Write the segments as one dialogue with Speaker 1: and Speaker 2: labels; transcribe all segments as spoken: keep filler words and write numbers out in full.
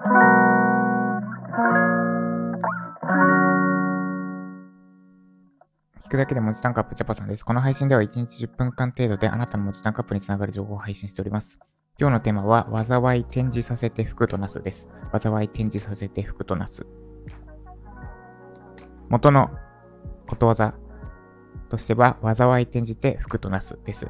Speaker 1: 聞くだけで文字タンクアップジャパさんです。この配信ではいちにちじゅっぷんかん程度であなたの文字タンクアップにつながる情報を配信しております。今日のテーマは、災い転じさせて福となすです。災い転じさせて福となす。元のことわざとしては、災い転じて福となすです。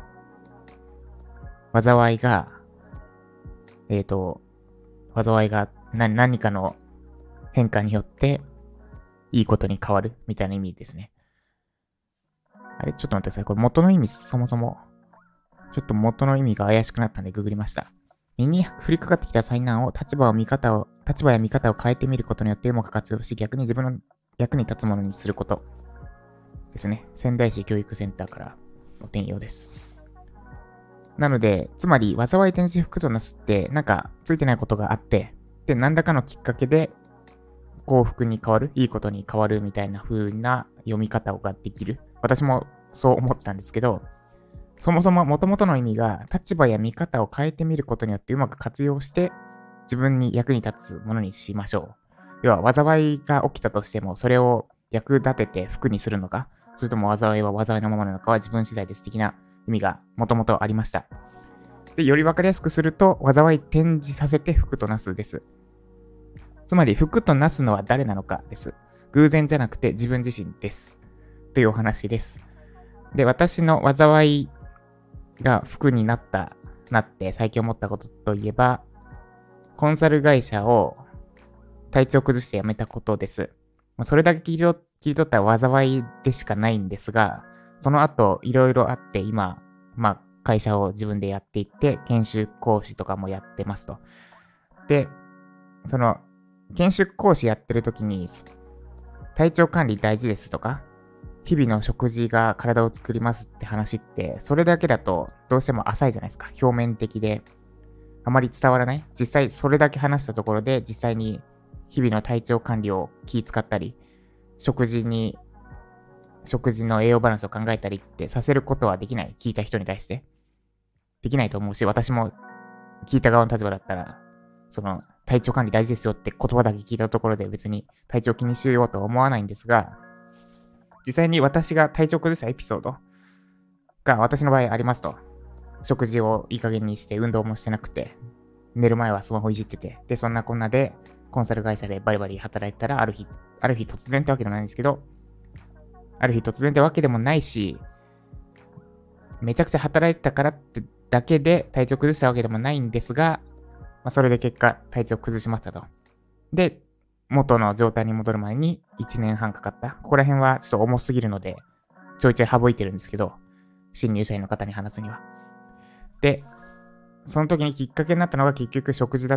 Speaker 1: 災いが、えっと、災いが何何かの変化によっていいことに変わるみたいな意味ですね。あれちょっと待ってください。これ元の意味そもそも、ちょっと元の意味が怪しくなったんでググりました。身に降りかかってきた災難を立場を見方を、立場や見方を変えてみることによってうまく活用し、逆に自分の役に立つものにすることですね。仙台市教育センターからの転用です。なので、つまり、災い転じ福となすって、なんかついてないことがあって、で、何らかのきっかけで幸福に変わる、いいことに変わるみたいな風な読み方ができる。私もそう思ってたんですけど、そもそも元々の意味が立場や見方を変えてみることによってうまく活用して自分に役に立つものにしましょう。要は災いが起きたとしてもそれを役立てて福にするのか、それとも災いは災いのままなのかは自分次第です的な意味が元々ありました。で、より分かりやすくすると、災い転じさせて福となすです。つまり福となすのは誰なのかです。偶然じゃなくて自分自身です。というお話です。で、私の災いが福になった、なって最近思ったことといえば、コンサル会社を体調崩して辞めたことです。それだけ切り取ったら災いでしかないんですが、その後いろいろあって今、まあ会社を自分でやっていって、研修講師とかもやってますと。で、その研修講師やってる時に体調管理大事ですとか、日々の食事が体を作りますって話って、それだけだとどうしても浅いじゃないですか。表面的で、あまり伝わらない。実際それだけ話したところで、実際に日々の体調管理を気遣ったり、食事に、食事の栄養バランスを考えたりってさせることはできない。聞いた人に対して。できないと思うし、私も聞いた側の立場だったら、その体調管理大事ですよって言葉だけ聞いたところで別に体調気にしようとは思わないんですが、実際に私が体調崩したエピソードが私の場合ありますと。食事をいい加減にして運動もしてなくて、寝る前はスマホいじってて、で、そんなこんなでコンサル会社でバリバリ働いてたら、ある日、ある日突然ってわけでもないんですけど、ある日突然ってわけでもないし、めちゃくちゃ働いてたからってだけで体調崩したわけでもないんですが、まあ、それで結果体調崩しましたと。で、元の状態に戻る前にいちねんはんかかった。ここら辺はちょっと重すぎるので、ちょいちょい省いてるんですけど、新入社員の方に話すには。で、その時にきっかけになったのが結局食事だった。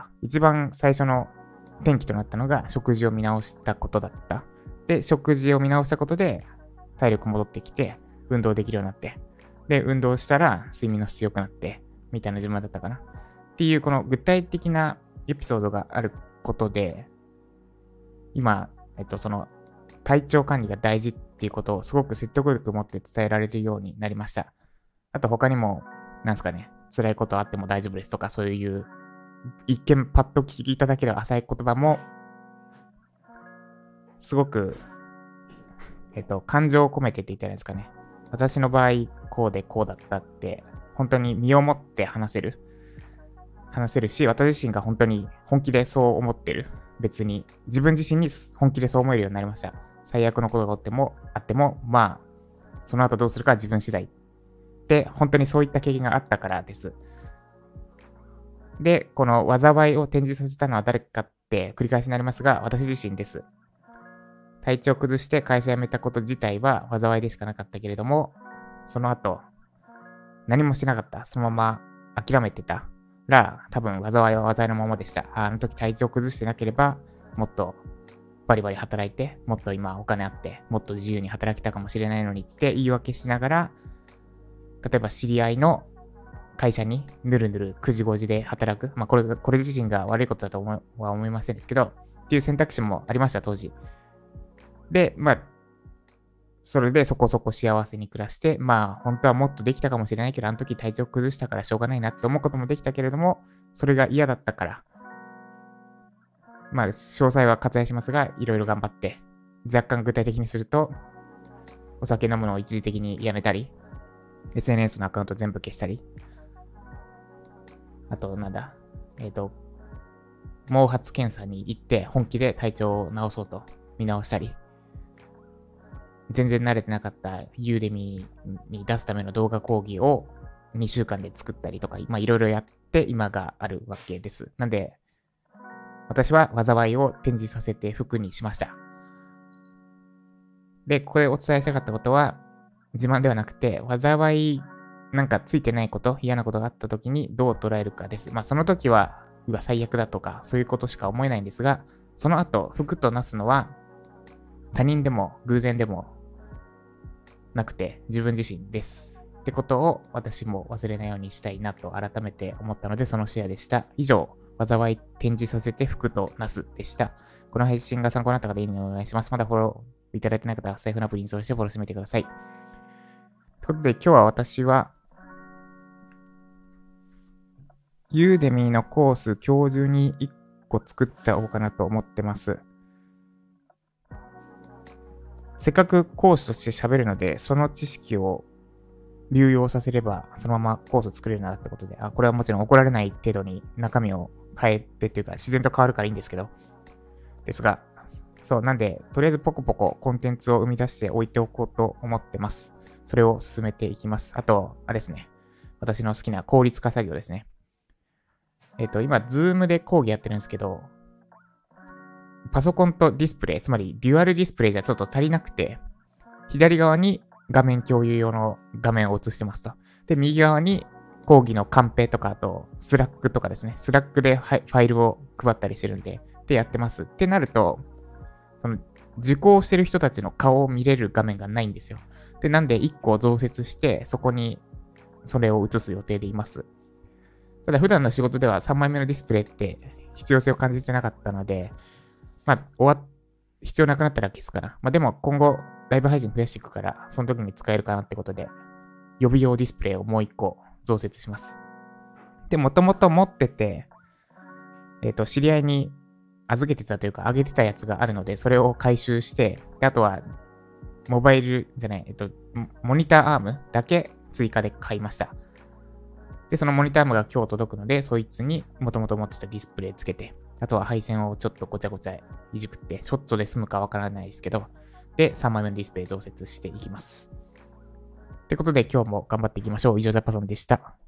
Speaker 1: 一番最初の転機となったのが食事を見直したことだった。で、食事を見直したことで体力戻ってきて、運動できるようになって。で、運動したら睡眠の質良くなって、みたいな順番だったかな。っていうこの具体的なエピソードがあることで、今、えっと、その、体調管理が大事っていうことをすごく説得力を持って伝えられるようになりました。あと他にも、なんすかね、辛いことあっても大丈夫ですとか、そういう、一見パッと聞きいただける浅い言葉も、すごく、えっと、感情を込めてって言ったらいいですかね。私の場合、こうでこうだったって、本当に身をもって話せる。話せるし、私自身が本当に本気でそう思ってる。別に自分自身に本気でそう思えるようになりました。最悪のことがあっても、あっても、まあ、その後どうするかは自分次第。で、本当にそういった経験があったからです。で、この災いを転じさせたのは誰かって繰り返しになりますが、私自身です。体調を崩して会社辞めたこと自体は災いでしかなかったけれども、その後、何もしなかった。そのまま諦めてた。ら、多分災いは災いのままでした。あの時体調崩してなければ、もっとバリバリ働いて、もっと今お金あって、もっと自由に働きたかもしれないのにって言い訳しながら、例えば知り合いの会社にぬるぬるくじごじで働く。まあこれ、これ自身が悪いことだと思は思いませんですけど、っていう選択肢もありました、当時。で、まあ、それでそこそこ幸せに暮らして、まあ本当はもっとできたかもしれないけど、あの時体調崩したからしょうがないなって思うこともできたけれども、それが嫌だったから、 まあ、詳細は割愛しますが、いろいろ頑張って、若干具体的にすると、お酒飲むのを一時的にやめたり、エスエヌエス のアカウント全部消したり、あと、なんだ、えっと、毛髪検査に行って本気で体調を治そうと見直したり、全然慣れてなかったユーデミに出すための動画講義をにしゅうかんで作ったりとか、まあいろいろやって今があるわけです。なんで、私は災いを展示させて服にしました。で、ここでお伝えしたかったことは、自慢ではなくて、災いなんかついてないこと、嫌なことがあった時にどう捉えるかです。まあその時は、うわ、最悪だとか、そういうことしか思えないんですが、その後、服となすのは、他人でも偶然でもなくて自分自身です。ってことを私も忘れないようにしたいなと改めて思ったので、そのシェアでした。以上、災い展示させて服となすでした。この配信が参考になった方、いいねお願いします。まだフォローいただいてない方は、財布のアプリにインストールしてフォローしてみてください。ということで、今日は私は、ユーデミーのコース、今日中にいっこ作っちゃおうかなと思ってます。せっかく講師として喋るので、その知識を流用させれば、そのままコース作れるなってことで、あ、これはもちろん怒られない程度に中身を変えてっていうか、自然と変わるからいいんですけど、ですが、そう、なんで、とりあえずポコポココンテンツを生み出して置いておこうと思ってます。それを進めていきます。あと、あれですね。私の好きな効率化作業ですね。えっと、今、ズームで講義やってるんですけど、パソコンとディスプレイ、つまりデュアルディスプレイじゃちょっと足りなくて、左側に画面共有用の画面を映してますと。で、右側に講義のカンペとか、あと、スラックとかですね。スラックでファイルを配ったりしてるんで、でやってます。ってなると、その、受講してる人たちの顔を見れる画面がないんですよ。で、なんでいっこ増設して、そこにそれを映す予定でいます。ただ、普段の仕事ではさんまいめのディスプレイって必要性を感じてなかったので、まあ、終わっ、必要なくなったら消すかな。まあでも今後、ライブ配信増やしていくから、その時に使えるかなってことで、予備用ディスプレイをもう一個増設します。で、もともと持ってて、えっと、知り合いに預けてたというか、あげてたやつがあるので、それを回収して、であとは、モバイルじゃない、えっと、モニターアームだけ追加で買いました。で、そのモニターアームが今日届くので、そいつにもともと持ってたディスプレイつけて、あとは配線をちょっとごちゃごちゃいじくって、ショットで済むかわからないですけど、で、さんまいめのディスプレイ増設していきます。ってことで今日も頑張っていきましょう。以上、ジャパソンでした。